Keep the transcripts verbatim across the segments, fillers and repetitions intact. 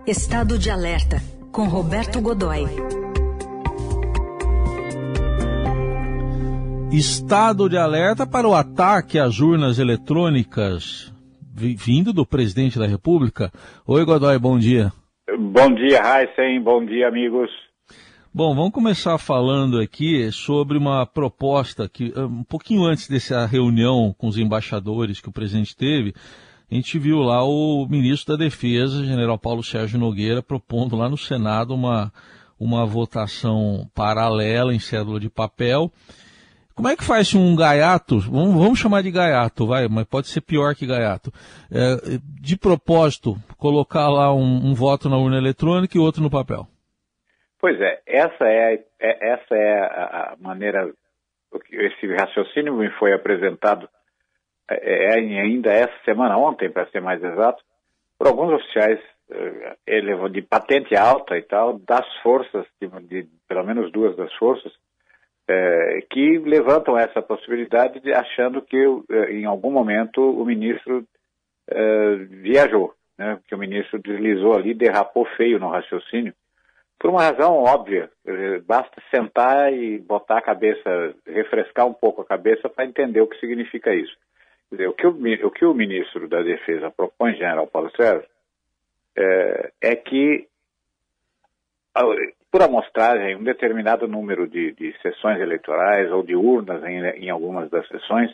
Estado de Alerta, com Roberto Godoy. Estado de alerta para o ataque às urnas eletrônicas vindo do presidente da República. Oi, Godoy, bom dia. Bom dia, Heisen, bom dia, amigos. Bom, vamos começar falando aqui sobre uma proposta que, um pouquinho antes dessa reunião com os embaixadores que o presidente teve, a gente viu lá o ministro da Defesa, general Paulo Sérgio Nogueira, propondo lá no Senado uma, uma votação paralela em cédula de papel. Como é que faz um gaiato, vamos, vamos chamar de gaiato, vai, mas pode ser pior que gaiato, é, de propósito, colocar lá um, um voto na urna eletrônica e outro no papel? Pois é, essa é, é, essa é a maneira, esse raciocínio me foi apresentado é, é, ainda essa semana, ontem, para ser mais exato, por alguns oficiais é, de patente alta e tal, das forças, de, de, pelo menos duas das forças, É, que levantam essa possibilidade de, achando que em algum momento o ministro é, viajou, né? Que o ministro deslizou ali, derrapou feio no raciocínio, por uma razão óbvia. Basta sentar e botar a cabeça, refrescar um pouco a cabeça para entender o que significa isso. Quer dizer, o, que o, o que o ministro da Defesa propõe, general Paulo Sérgio, é, é que por amostragem, um determinado número de, de sessões eleitorais ou de urnas em, em algumas das sessões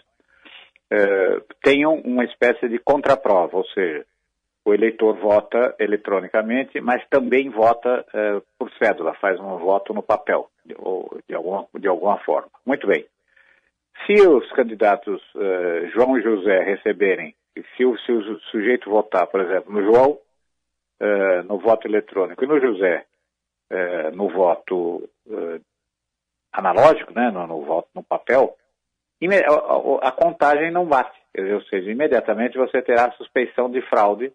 eh, tenham uma espécie de contraprova, ou seja, o eleitor vota eletronicamente, mas também vota eh, por cédula, faz um voto no papel, de, ou de alguma, de alguma forma. Muito bem. Se os candidatos eh, João e José receberem, se o, se o sujeito votar, por exemplo, no João, eh, no voto eletrônico, e no José, É, no voto é, analógico, né, no, no voto no papel, a, a, a contagem não bate, ou seja, imediatamente você terá a suspeição de fraude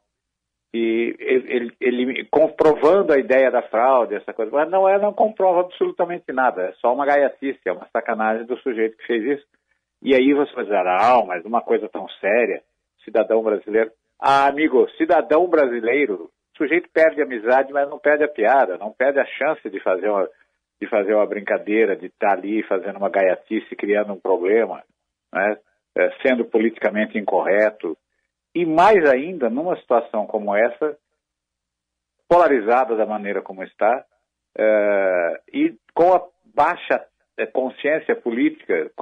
e ele, ele, ele comprovando a ideia da fraude, essa coisa, mas não é, não comprova absolutamente nada, é só uma gaiatice, é uma sacanagem do sujeito que fez isso. E aí você vai dizer, ah, mas uma coisa tão séria, cidadão brasileiro. Ah, amigo, cidadão brasileiro, o sujeito perde a amizade, mas não perde a piada, não perde a chance de fazer uma, de fazer uma brincadeira, de estar ali fazendo uma gaiatice, criando um problema, né? É, sendo politicamente incorreto. E mais ainda, numa situação como essa, polarizada da maneira como está, é, e com a baixa consciência política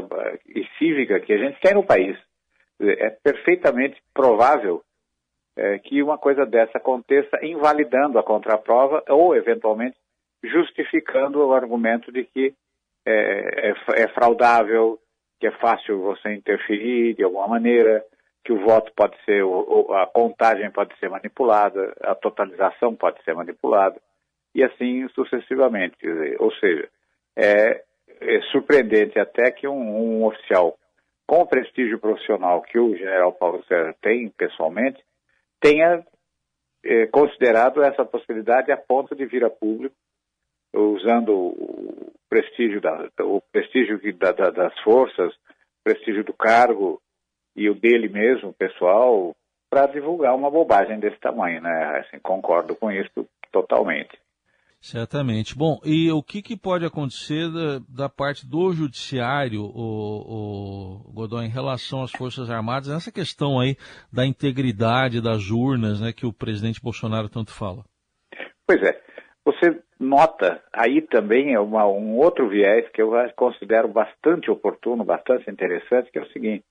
e cívica que a gente tem no país, é perfeitamente provável É, que uma coisa dessa aconteça invalidando a contraprova ou, eventualmente, justificando o argumento de que é, é, é fraudável, que é fácil você interferir de alguma maneira, que o voto pode ser, o, a contagem pode ser manipulada, a totalização pode ser manipulada, e assim sucessivamente. Quer dizer, ou seja, é, é surpreendente até que um, um oficial com o prestígio profissional que o general Paulo Sérgio tem pessoalmente, tenha eh, considerado essa possibilidade a ponto de vir a público, usando o prestígio, da, o prestígio da, da, das forças, o prestígio do cargo e o dele mesmo, pessoal, para divulgar uma bobagem desse tamanho, né? Assim, concordo com isso totalmente. Certamente. Bom, e o que, que pode acontecer da, da parte do judiciário, o, o Godoy, em relação às Forças Armadas, nessa questão aí da integridade das urnas, né, que o presidente Bolsonaro tanto fala? Pois é. Você nota aí também uma, um outro viés que eu considero bastante oportuno, bastante interessante, que é o seguinte.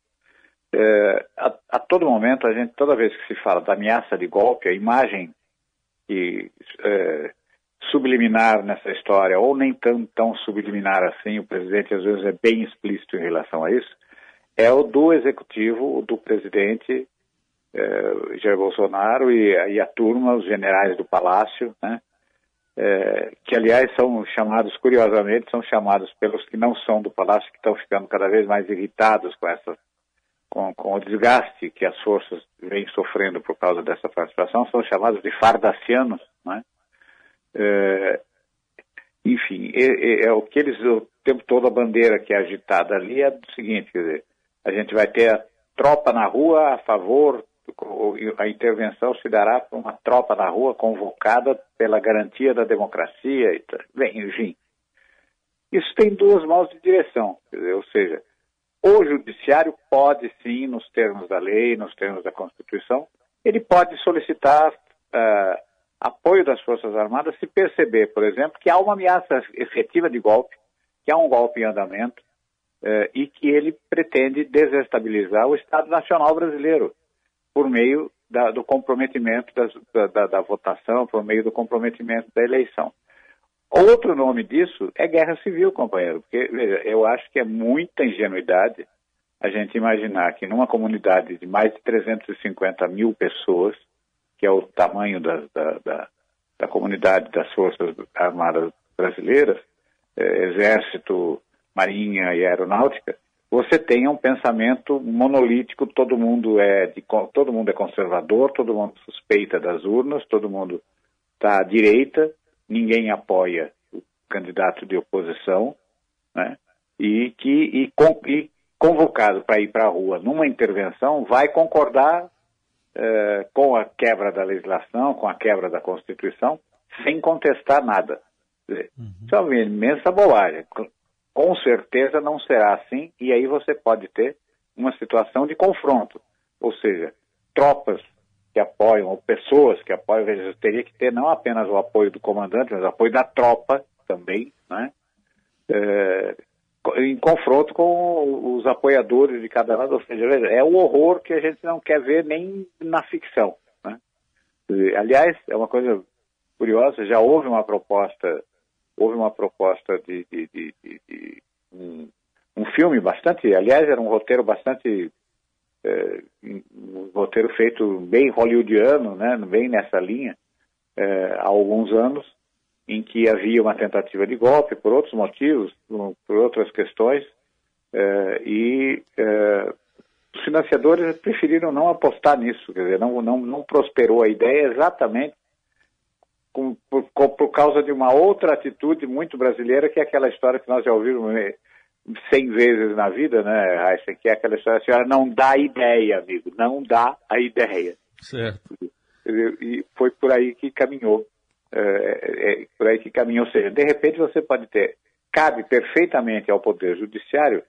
É, a, a todo momento, a gente, toda vez que se fala da ameaça de golpe, a imagem que... É, subliminar nessa história, ou nem tão, tão subliminar assim, o presidente às vezes é bem explícito em relação a isso, é o do executivo, o do presidente eh, Jair Bolsonaro e, e a turma, os generais do Palácio, né, eh, que aliás são chamados, curiosamente, são chamados pelos que não são do Palácio, que estão ficando cada vez mais irritados com essa, com, com o desgaste que as forças vêm sofrendo por causa dessa participação, são chamados de fardacianos, né? É, enfim, é, é, é o que eles, o tempo todo a bandeira que é agitada ali é o seguinte, quer dizer, a gente vai ter a tropa na rua a favor a intervenção se dará por uma tropa na rua convocada pela garantia da democracia. E bem, enfim, isso tem duas mãos de direção, quer dizer, ou seja, o judiciário pode sim, nos termos da lei, nos termos da Constituição, ele pode solicitar uh, apoio das Forças Armadas se perceber, por exemplo, que há uma ameaça efetiva de golpe, que há um golpe em andamento uh, e que ele pretende desestabilizar o Estado Nacional brasileiro por meio da, do comprometimento das, da, da, da votação, por meio do comprometimento da eleição. Outro nome disso é guerra civil, companheiro, porque, veja, eu acho que é muita ingenuidade a gente imaginar que numa comunidade de mais de trezentas e cinquenta mil pessoas, que é o tamanho da, da, da, da comunidade das Forças Armadas Brasileiras, eh, Exército, Marinha e Aeronáutica, você tenha um pensamento monolítico, todo mundo é, de, todo mundo é conservador, todo mundo suspeita das urnas, todo mundo está à direita, ninguém apoia o candidato de oposição, né? e que e, e convocado para ir para a rua numa intervenção vai concordar eh, com a quebra da legislação, com a quebra da Constituição, sem contestar nada. Uhum. Isso é uma imensa bobagem. Com certeza não será assim, e aí você pode ter uma situação de confronto, ou seja, tropas que apoiam, ou pessoas que apoiam, veja, teria que ter não apenas o apoio do comandante, mas o apoio da tropa também, né? É, em confronto com os apoiadores de cada lado, ou seja, veja, é o horror que a gente não quer ver nem na ficção, né? Aliás, é uma coisa curiosa, já houve uma proposta, houve uma proposta de, de, de, de, de um, um filme bastante, aliás, era um roteiro bastante É, um roteiro feito bem hollywoodiano, né, bem nessa linha, é, há alguns anos, em que havia uma tentativa de golpe por outros motivos, por outras questões, é, e é, os financiadores preferiram não apostar nisso, quer dizer, não, não, não prosperou a ideia exatamente com, por, por causa de uma outra atitude muito brasileira, que é aquela história que nós já ouvimos cem vezes na vida, né, Raíssa, que é aquela história, a senhora não dá ideia, amigo, não dá a ideia. Certo. E foi por aí que caminhou, é, é, por aí que caminhou, ou seja, de repente você pode ter, cabe perfeitamente ao Poder Judiciário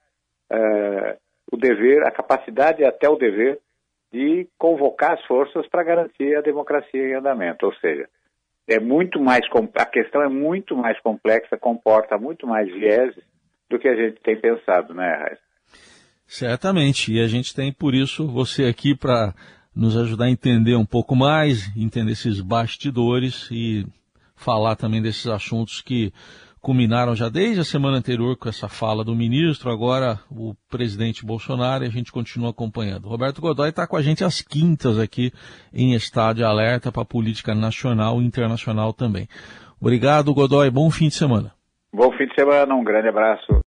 é, o dever, a capacidade e até o dever de convocar as forças para garantir a democracia em andamento, ou seja, é muito mais, a questão é muito mais complexa, comporta muito mais vieses do que a gente tem pensado, né, Raíssa? Certamente, e a gente tem, por isso, você aqui para nos ajudar a entender um pouco mais, entender esses bastidores e falar também desses assuntos que culminaram já desde a semana anterior com essa fala do ministro, agora o presidente Bolsonaro, e a gente continua acompanhando. Roberto Godoy está com a gente às quintas aqui em Estado de Alerta para a política nacional e internacional também. Obrigado, Godoy, bom fim de semana. Bom fim de semana, um grande abraço.